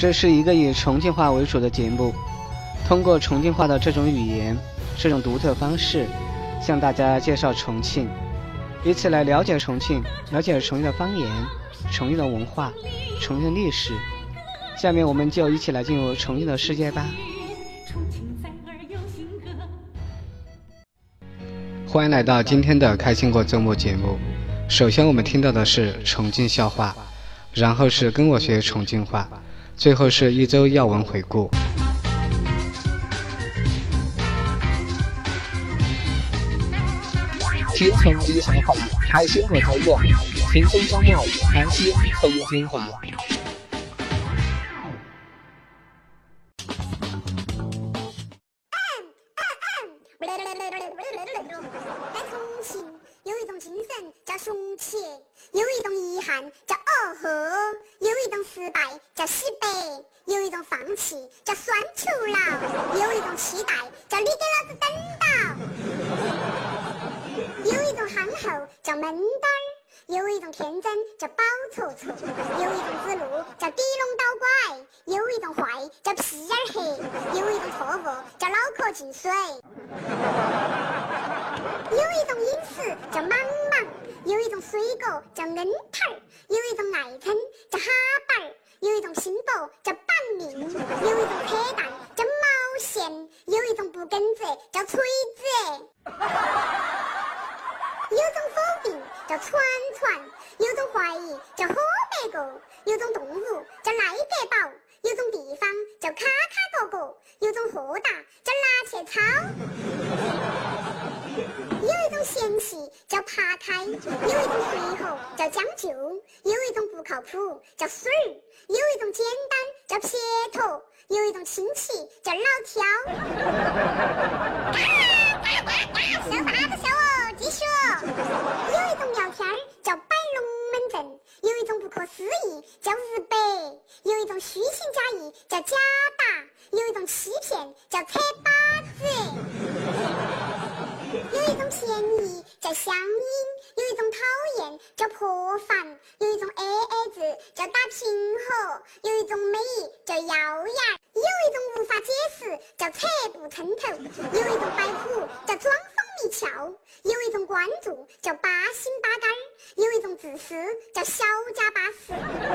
这是一个以重庆话为主的节目，通过重庆话的这种语言，这种独特方式，向大家介绍重庆，以此来了解重庆，了解重庆的方言、重庆的文化、重庆的历史。下面我们就一起来进入重庆的世界吧。欢迎来到今天的开心过周末节目。首先我们听到的是重庆笑话，然后是跟我学重庆话，最后是一周要闻回顾。 听重庆笑话，开心过周末，轻松周末，开心重庆话。 在重庆有一种精神叫雄起，有一种遗憾叫哦呵，有一种失败叫西北，有一种放弃叫酸球佬，有一种期待叫你给老子等到，有一种憨厚叫闷墩儿，有一种天真叫宝凑凑，有一种子路叫地龙倒拐，有一种坏叫屁眼黑，有一种错误叫脑壳进水，有一种饮食叫茫茫，有一种水果叫恩桃，有一种爱称叫哈板，有一种拼搏叫板命，有一种扯淡叫毛线，有一种不跟着叫锤子，有种否定叫串串，有种怀疑叫喝白狗，有种动物叫赖格宝，有种地方叫卡卡角角，有种豁达叫拿去炒，有一种嫌弃叫扒开，有一种随和叫将就，有一种不靠谱叫水儿，有一种简单叫撇头，有一种亲戚叫老挑。笑啥子笑哦，继续哦。有一种聊天叫摆龙门阵，有一种不可思议叫日北，有一种虚情假意叫假打，有一种欺骗叫扯把子，有一种便宜叫乡音，有一种讨厌叫破烦，有一种AA字叫打平和，有一种美意叫咬牙，有一种无法解释叫扯不称头，有一种摆谱叫装疯迷窍，有一种关注叫八心八肝，有一种自私叫小家巴士，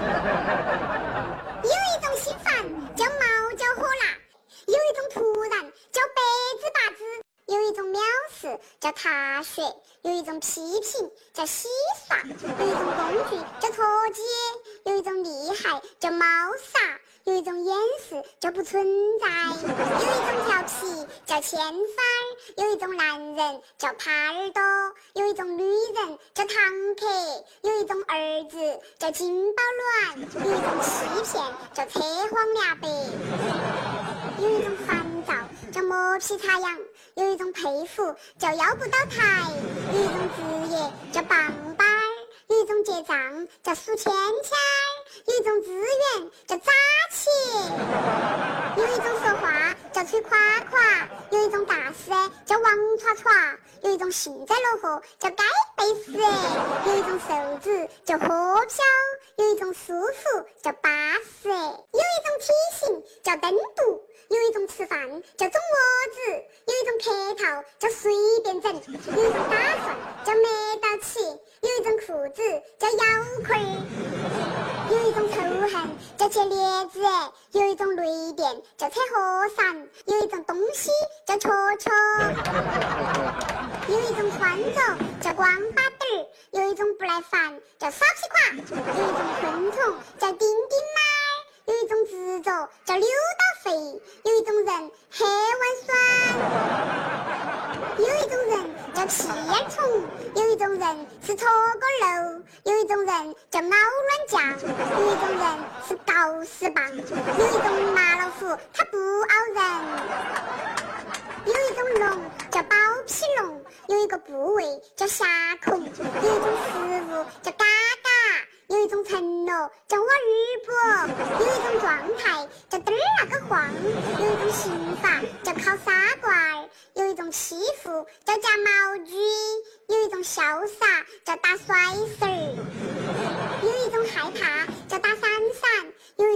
有一种心烦叫毛叫火辣，有一种突然叫百子八字，有一种藐视叫踏雪，有一种批评叫洗刷，有一种工具叫脱节，有一种厉害叫猫傻，有一种掩饰叫不存在，有一种调皮叫牵番，有一种男人叫耙耳朵，有一种女人叫堂客，有一种儿子叫金宝卵，有一种欺骗叫扯谎俩白，有一种烦躁叫磨皮擦痒，有一种佩服叫要不到台，有一种职业叫棒棒，有一种结账叫数钱钱，有一种资源叫砸钱，有一种说话叫吹夸夸，有一种大事叫王歘歘，有一种幸灾乐祸叫该背死，有一种瘦子叫喝飘，有一种舒服叫巴适，有一种体型叫登独，有一种吃饭叫中窝子，有一种客套叫随便整，有一种打算叫没到起，有一种裤子叫摇裤，有一种仇恨叫结列子，有一种雷电叫扯和伞，有一种东西叫戳戳，有一种穿着叫光巴底儿，有一种不耐烦叫少皮垮，有一种昆虫叫丁丁妈，有一种执着叫溜到肺，有一种人黑碗酸，有一种人叫屁眼虫，有一种人是搓个肉，有一种人叫猫乱叫，有一种人是狗屎棒，有一种马老虎它不咬人，有一种龙叫包皮龙，有一个部位叫峡孔，有一种食物叫嘎嘎，有一种承诺叫我日不，有一种状态叫嘚儿那个晃，有一种刑罚叫靠撒罐，有一种欺负叫夹毛巾，有一种潇洒叫打甩丝儿，有一种害怕叫打伞伞，有一种崇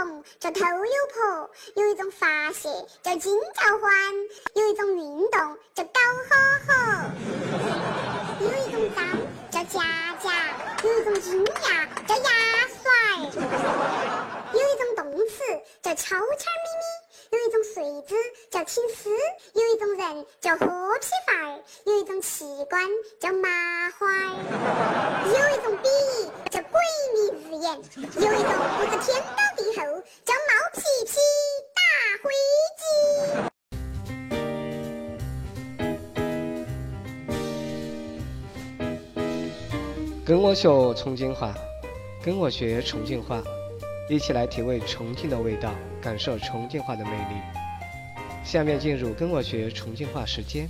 动叫偷油婆，有一种发泄叫金交欢，有一种运动叫搞呵呵，有一种脏叫夹夹，有一种惊讶叫牙甩，有一种动词叫悄悄咪咪，有一种睡姿叫青丝，有一种人叫喝皮范儿，有一种器官叫麻花儿，有一种比喻叫鬼迷日眼，有一种不知天高地厚叫冒皮皮打灰机。 跟我学重庆话，跟我学重庆话，一起来体味重庆的味道，感受重庆话的魅力。下面进入跟我学重庆话时间。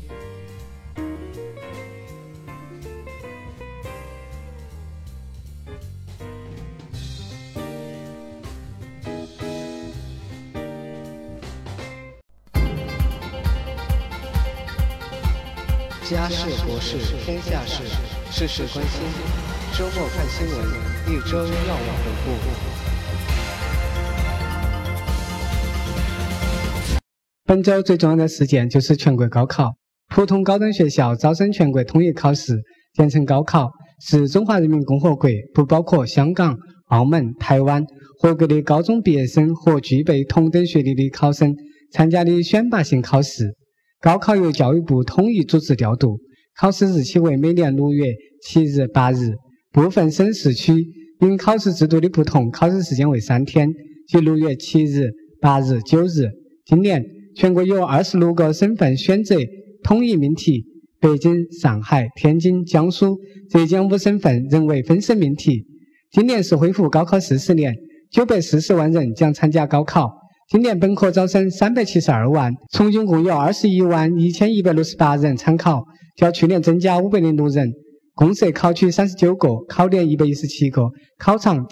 家事国事天下事，事事关心。周末看新闻，一周要闻回顾。本周最重要的事件就是全国高考。普通高等学校招生全国统一考试，简称高考，是中华人民共和国不包括香港、澳门、台湾合格的高中毕业生和具备同等学历的考生参加的选拔性考试。高考由教育部统一组织调度，考试日期为每年6月7日、8日。部分省市区因考试制度的不同，考试时间为3天，即6月7日、8日、9日。今年全国有26个省份选择统一命题，北京、上海、天津、江苏、浙江5省份仍为分省命题。今年是恢复高考40年，940万人将参加高考。今年本科招生372万，重庆共有21万1168人参考，较去年增加506人。共设考区39个，考点117个，考场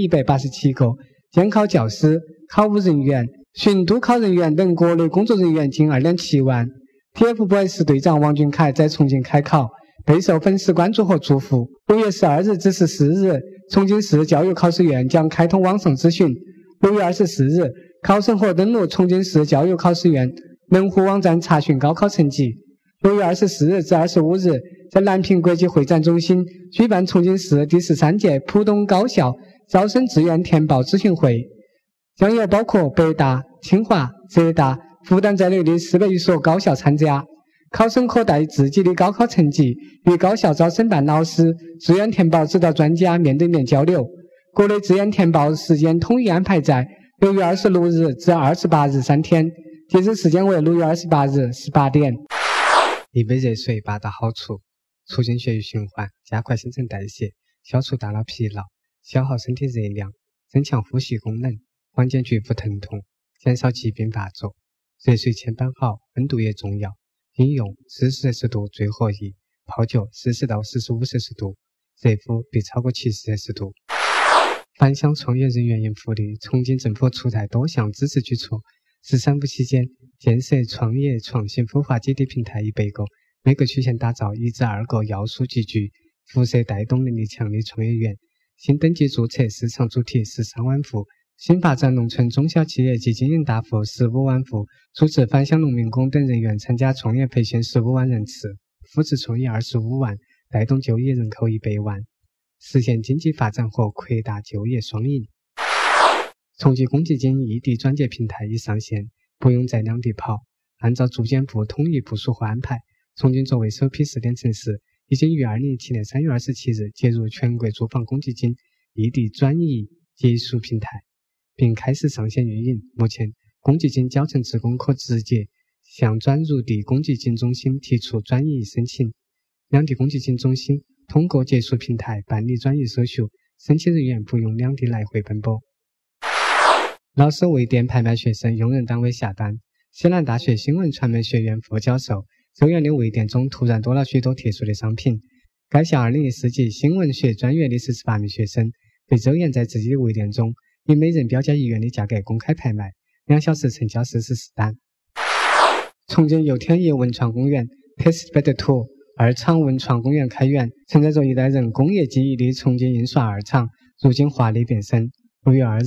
7187个，监考教师、考务人员、巡督考人员等国内工作人员近2.7万。TFBOYS 队长王俊凯在重庆开考，备受粉丝关注和祝福。6月12日至14日，重庆市教育考试院将开通网上咨询。6月24日，考生可登录重庆市教育考试院门户网站查询高考成绩。6月24日至25日，在南平国际会展中心举办重庆市第13届浦东高校招生志愿填报咨询会，将有包括北大、清华、浙大、复旦在内的400余所高校参加。考生可带自己的高考成绩与高校招生办老师、志愿填报指导专家面对面交流。国内志愿填报时间统一安排在6月26日至28日3天，截止时间为6月28日18点。一杯热水8大好处：促进血液循环，加快新陈代谢，消除大脑疲劳，消耗身体热量，增强呼吸功能，缓解局部疼痛，减少疾病发作。热水千般好，温度也重要。饮用40摄氏度最合宜，泡酒40到45摄氏度，热敷必超过70摄氏度。反向创业人员应福利，重庆政府出台多项支持举措。“13不”期间，建设创业创新孵化基地平台100个，每个区县打造1至2个要素极具、辐射带动能力强的创业园。新登记注册市场主体13万户，新发展农村中小企业及经营大户15万户，组织返乡农民工等人员参加创业培训15万人次，扶持创业25万，带动就业人口100万，实现经济发展和扩大就业双赢。重庆公积金异地转接平台已上线，不用在两地跑。按照住建部统一部署和安排，重庆作为首批试点城市，已经于2017年3月27日接入全国住房公积金异地转移结束平台，并开始上线运营。目前，公积金缴成职工可直接向转入地公积金中心提出转移申请，两地公积金中心通过结束平台办理转移手续，申请人员不用两地来回奔波。老师为电拍卖学生用人单位下单。西南大学新闻传媒学院副教授周元的微店中突然多了许多特殊的商品。该校2014级新闻学专业的48名学生被周元在自己的微店中以每人标价1元的价格公开拍卖，2小时成交44单。重庆又天一文创公园 Testbed Tour 2厂文创公园开园，承载着一代人工业记忆的重庆印刷2厂如今华丽变身。6月2日，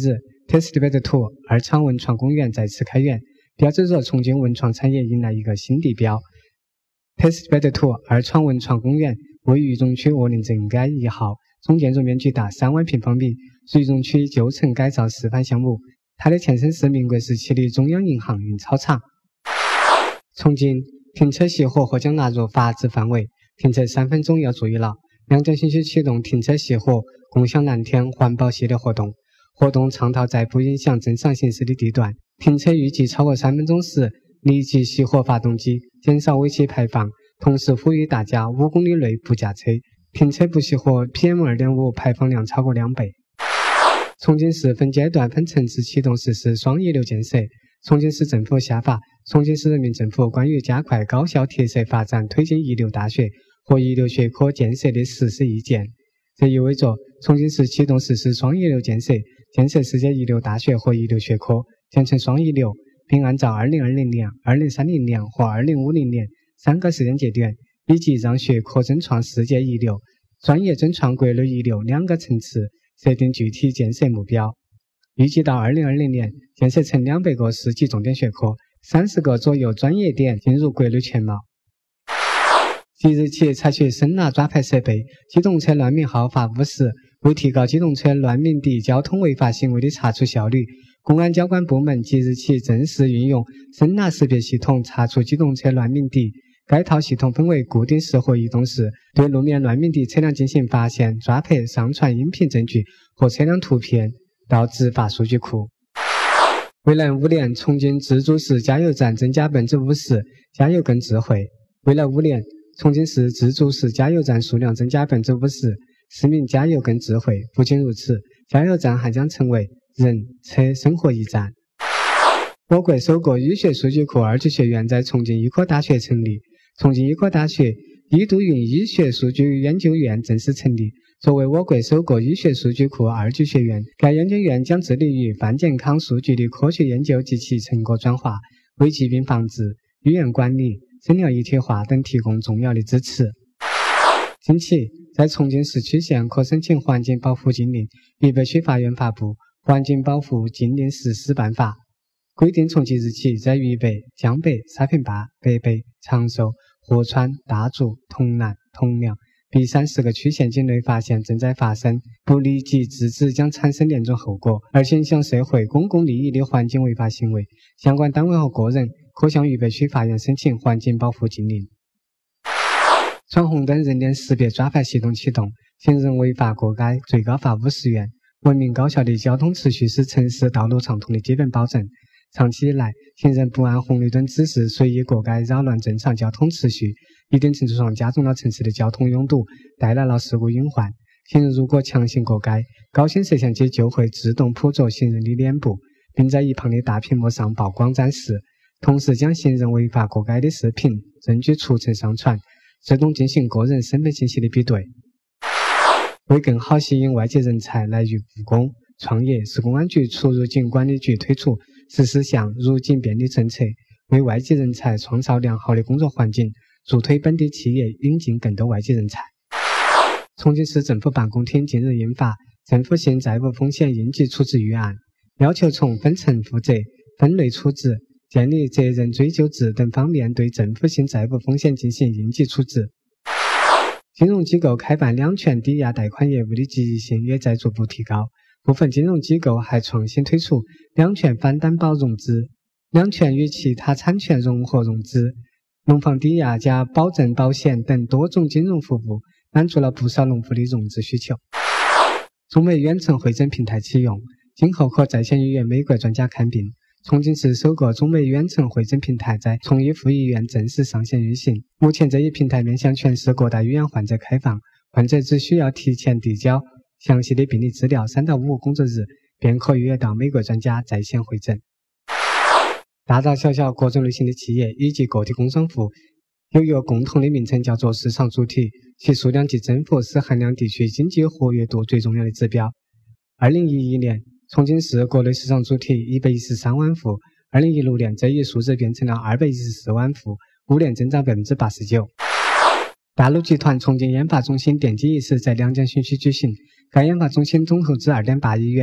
Testbed2 二厂文创公园再次开园，标志着重庆文创产业迎来一个新地标。Testbed2 二厂文创公园位于渝中区鹅岭镇街1号，总建筑面积达3万平方米，是渝中区旧城改造示范项目。它的前身是民国时期的中央银行运钞厂。重庆停车熄火或将纳入法治范围，停车3分钟要注意了。良江新区启动停车熄火共享蓝天环保系列活动，活动倡导在不影响正常行驶的地段，停车预计超过3分钟时立即熄火发动机，减少尾气排放。同时呼吁大家5公里内不驾车，停车不熄火 PM2.5 排放量超过2倍。重庆市分阶段分层次启动实施双一流建设。重庆市政府下发《重庆市人民政府关于加快高校特色发展推进一流大学和一流学科建设的实施意见》。这意味着重庆市启动实施双一流建设，建设世界一流大学和一流学科，简称双一流，并按照2020年、2030年和2050年3个时间节点，以及让学科争创世界一流、专业争创国内一流2个层次设定具体建设目标。预计到2020年，建设成200个市级重点学科，30个左右专业点进入国内全貌。即日起采取声呐抓拍设备机动车乱鸣号罚50，为提高机动车乱鸣笛交通违法行为的查处效率，公安交管部门即日起正式运用声呐识别系统查处机动车乱鸣笛。该套系统分为固定式和移动式，对路面乱鸣笛车辆进行发现、抓拍、上传音频证据和车辆图片到执法数据库。未来5年，重庆自主式加油站增加50%，加油更智慧。未来5年，重庆市自主式加油站数量增加50%，市民加油更智慧。不仅如此，加油站还将成为人车生活驿站。我国首个医学数据库2级学院在重庆医科大学成立。重庆医科大学医都云医学数据研究院正式成立，作为我国首个医学数据库2级学院，该研究院将致力于泛健康数据的科学研究及其成果转化，为疾病防治、医院管理、诊疗一体化等提供重要的支持。近期，在重庆市区县可申请环境保护禁令，渝北区法院发布《环境保护禁令实施办法》，规定从即日起，在渝北、江北、沙坪坝、北碚、长寿、合川、大竹、潼南、铜梁、璧山4个区县境内发现正在发生不立即制止将产生严重后果，而且影响社会公共利益的环境违法行为，相关单位和个人可向渝北区法院申请环境保护禁令。闯红灯人脸识别抓拍系统启动，行人违法过街最高罚50元。文明高效的交通秩序是城市道路畅通的基本保证。长期以来，行人不按红绿灯指示随意过街，扰乱正常交通秩序，一定程度上加重了城市的交通拥堵，带来了事故隐患。行人如果强行过街，高清摄像机就会自动捕捉行人的脸部，并在一旁的大屏幕上曝光展示，同时将行人违法过街的视频证据储存上传，自动进行个人身份信息的比对。为更好吸引外籍人才来渝务工创业，市公安局出入境管理局推出14项入境便利政策，为外籍人才创造良好的工作环境，助推本地企业引进更多外籍人才。重庆市政府办公厅近日印发《政府性债务风险应急处置预案》，要求从分层负责、分类处置、建立责任追究制等方面对政府性债务风险进行应急处置。金融机构开办两全抵押贷款业务的积极性也在逐步提高，部分金融机构还创新推出两全反担保融资、两全与其他产权融合融资、农房抵押加保证保险等多种金融服务，满足了不少农户的融资需求。中美远程会诊平台启用，今后可在线预约美国专家看病。重庆市首个中美远程会诊平台在崇义妇医院正式上线运行。目前这一平台面向全市各大医院患者开放，患者只需要提前递交详细的病历资料，3到5个工作日便可预约到美国专家在线会诊。大大小小各种类型的企业以及个体工商户有一个共同的名称，叫做市场主体，其数量即征服是衡量地区经济活跃度最重要的指标。2011年，重庆市国内市场主体113万户，2016年这一数字变成了214万户，5年增长 89%。大陆集团重庆研发中心奠基仪式在良江新区举行，该研发中心总投资2.8亿元，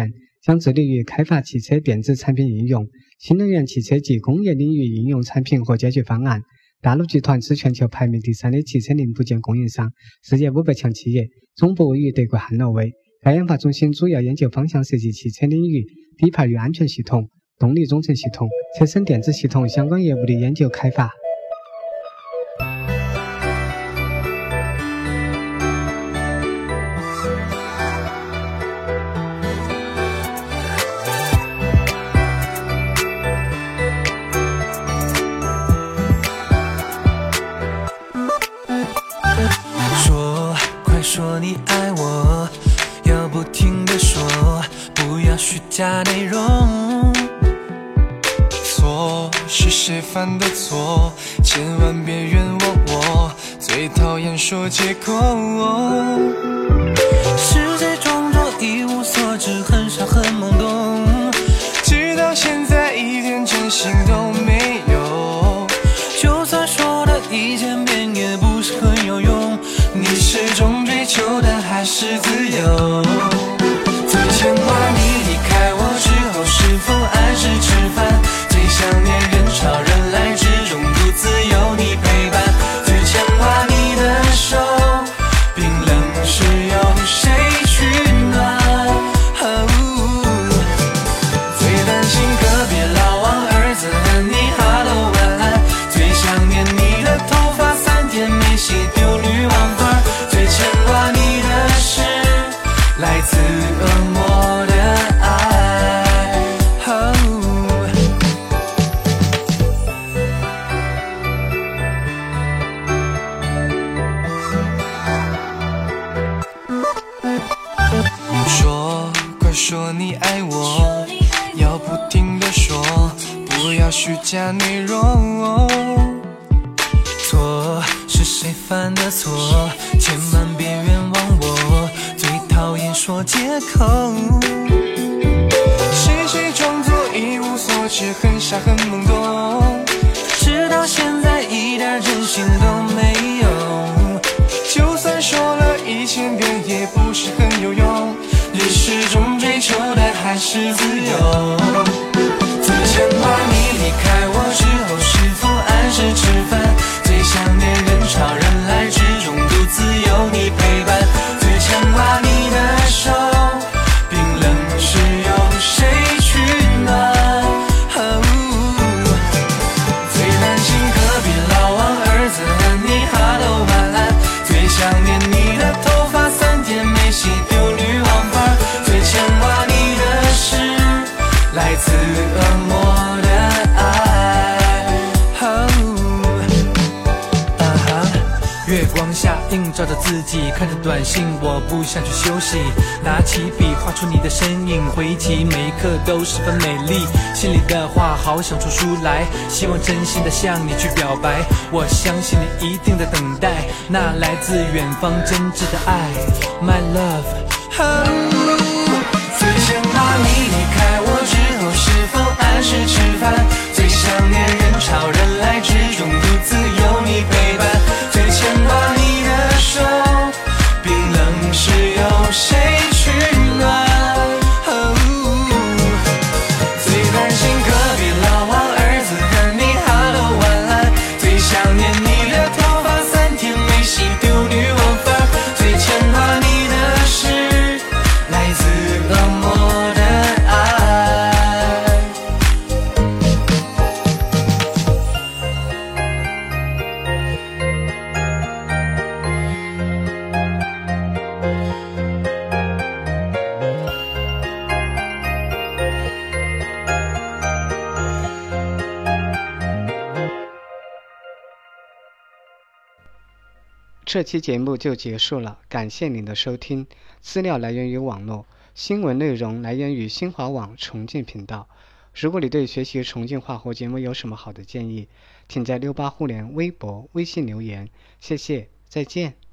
将致力于开发汽车电子产品应用、新能源汽车及工业领域应用产品和解决方案。大陆集团是全球排名第3的汽车零部件供应商，世界500强企业，总部位于德国汉诺威。该研发中心主要研究方向涉及汽车领域底盘与安全系统、动力总成系统、车身电子系统相关业务的研究开发。 说你爱我，要不停地说，不要虚假内容。错是谁犯的错，千万别冤枉我，最讨厌说借口。是谁装作一无所知，很傻很懵懂，直到现在一点真心都没有。就算说了一千遍也不是很有用，你始终追求的还是自由。最牵挂你离开我之后是否按时吃饭，最想念人潮人来之中独自有你陪伴。最牵挂你的手，冰冷时有谁取暖。最担心隔壁老王儿子和你哈喽晚安，最想念你的头发3天没洗丢绿王发。最牵挂你的是来自恶魔的爱。说快说你爱我，要不停地说，不要虚假内容。错是谁犯的错，千万别冤枉我，最讨厌说借口。是谁装作一无所知，很傻很懵懂，直到现在一点真心都没有。就算说了1000遍也不是很有用，你始终追求的还是自由。最牵挂你离开我之后是否按时吃饭，最想念人潮人来之中独自有你陪伴。最牵挂你的手，冰冷时有谁取暖。最担心隔壁老王儿子和你哈喽晚安，最想念你的头发3天没洗丢绿王发。最牵挂你的是来自恶魔的爱。月光下映照着自己，看着短信我不想去休息，拿起笔画出你的身影，回忆起每一刻都十分美丽，心里的话好想说出来，希望真心的向你去表白，我相信你一定在等待那来自远方真挚的爱 My love。 最牵挂你离开我之后是否按时吃饭，最想念人潮人来之中独自有你陪伴。最牵挂你的手，冰冷时有谁取暖。最担心隔壁老王儿子和你哈喽晚安，最想念你的头发3天没洗丢绿王发。最牵挂你的是来自恶魔的爱。 这期节目就结束了，感谢您的收听。资料来源于网络，新闻内容来源于新华网重庆频道。如果你对学习重庆话或节目有什么好的建议，请在68互联微博、微信留言。谢谢，再见。